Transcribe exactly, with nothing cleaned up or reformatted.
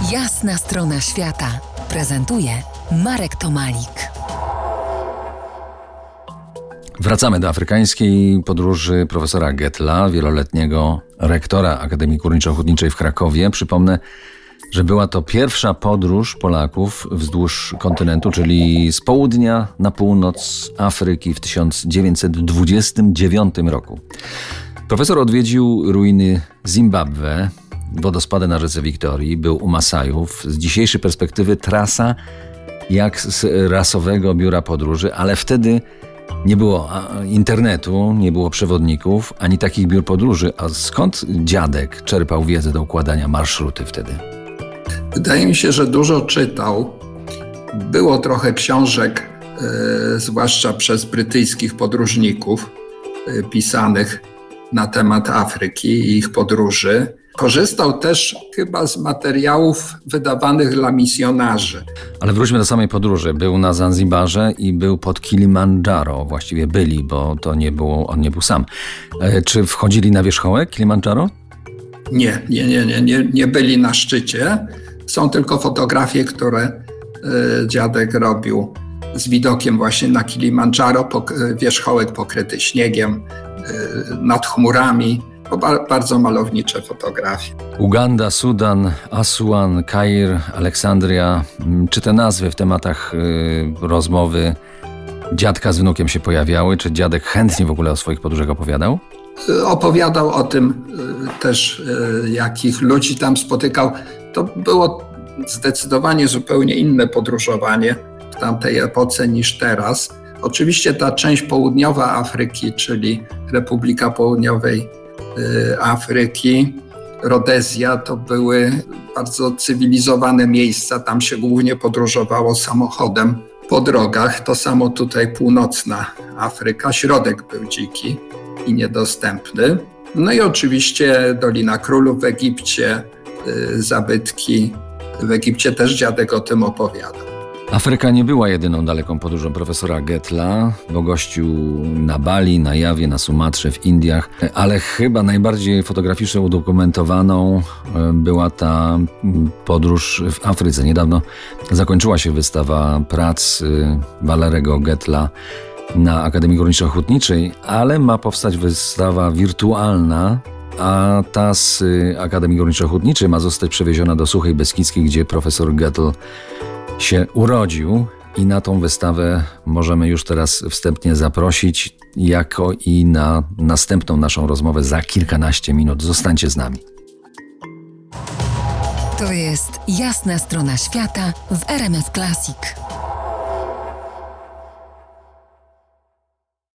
Jasna strona świata prezentuje Marek Tomalik. Wracamy do afrykańskiej podróży profesora Gettla, wieloletniego rektora Akademii Górniczo-Hutniczej w Krakowie. Przypomnę, że była to pierwsza podróż Polaków wzdłuż kontynentu, czyli z południa na północ Afryki w tysiąc dziewięćset dwudziestym dziewiątym roku. Profesor odwiedził ruiny Zimbabwe, wodospady na rzece Wiktorii, był u Masajów. Z dzisiejszej perspektywy trasa jak z rasowego biura podróży, ale wtedy nie było internetu, nie było przewodników, ani takich biur podróży. A skąd dziadek czerpał wiedzę do układania marszruty wtedy? Wydaje mi się, że dużo czytał. Było trochę książek, e, zwłaszcza przez brytyjskich podróżników, e, pisanych na temat Afryki i ich podróży. Korzystał też chyba z materiałów wydawanych dla misjonarzy. Ale wróćmy do samej podróży. Był na Zanzibarze i był pod Kilimandżaro. Właściwie byli, bo to nie było, on nie był sam. E, czy wchodzili na wierzchołek Kilimandżaro? Nie, nie, nie, nie, nie, nie byli na szczycie. Są tylko fotografie, które e, dziadek robił z widokiem właśnie na Kilimandżaro, pok- wierzchołek pokryty śniegiem, e, nad chmurami. To ba- bardzo malownicze fotografie. Uganda, Sudan, Asuan, Kair, Aleksandria. Czy te nazwy w tematach y, rozmowy dziadka z wnukiem się pojawiały? Czy dziadek chętnie w ogóle o swoich podróżach opowiadał? Opowiadał o tym y, też, y, jakich ludzi tam spotykał. To było zdecydowanie zupełnie inne podróżowanie w tamtej epoce niż teraz. Oczywiście ta część południowa Afryki, czyli Republika Południowej Afryki, Rodezja, to były bardzo cywilizowane miejsca. Tam się głównie podróżowało samochodem po drogach. To samo tutaj północna Afryka. Środek był dziki i niedostępny. No i oczywiście Dolina Królów w Egipcie, zabytki. W Egipcie też dziadek o tym opowiadał. Afryka nie była jedyną daleką podróżą profesora Gettla, bo gościł na Bali, na Jawie, na Sumatrze, w Indiach, ale chyba najbardziej fotograficznie udokumentowaną była ta podróż w Afryce. Niedawno zakończyła się wystawa prac Walerego Gettla na Akademii Górniczo-Hutniczej, ale ma powstać wystawa wirtualna, a ta z Akademii Górniczo-Hutniczej ma zostać przewieziona do Suchej Beskidzkiej, gdzie profesor Gettl się urodził, i na tą wystawę możemy już teraz wstępnie zaprosić, jako i na następną naszą rozmowę za kilkanaście minut. Zostańcie z nami. To jest Jasna strona świata w R M F Classic.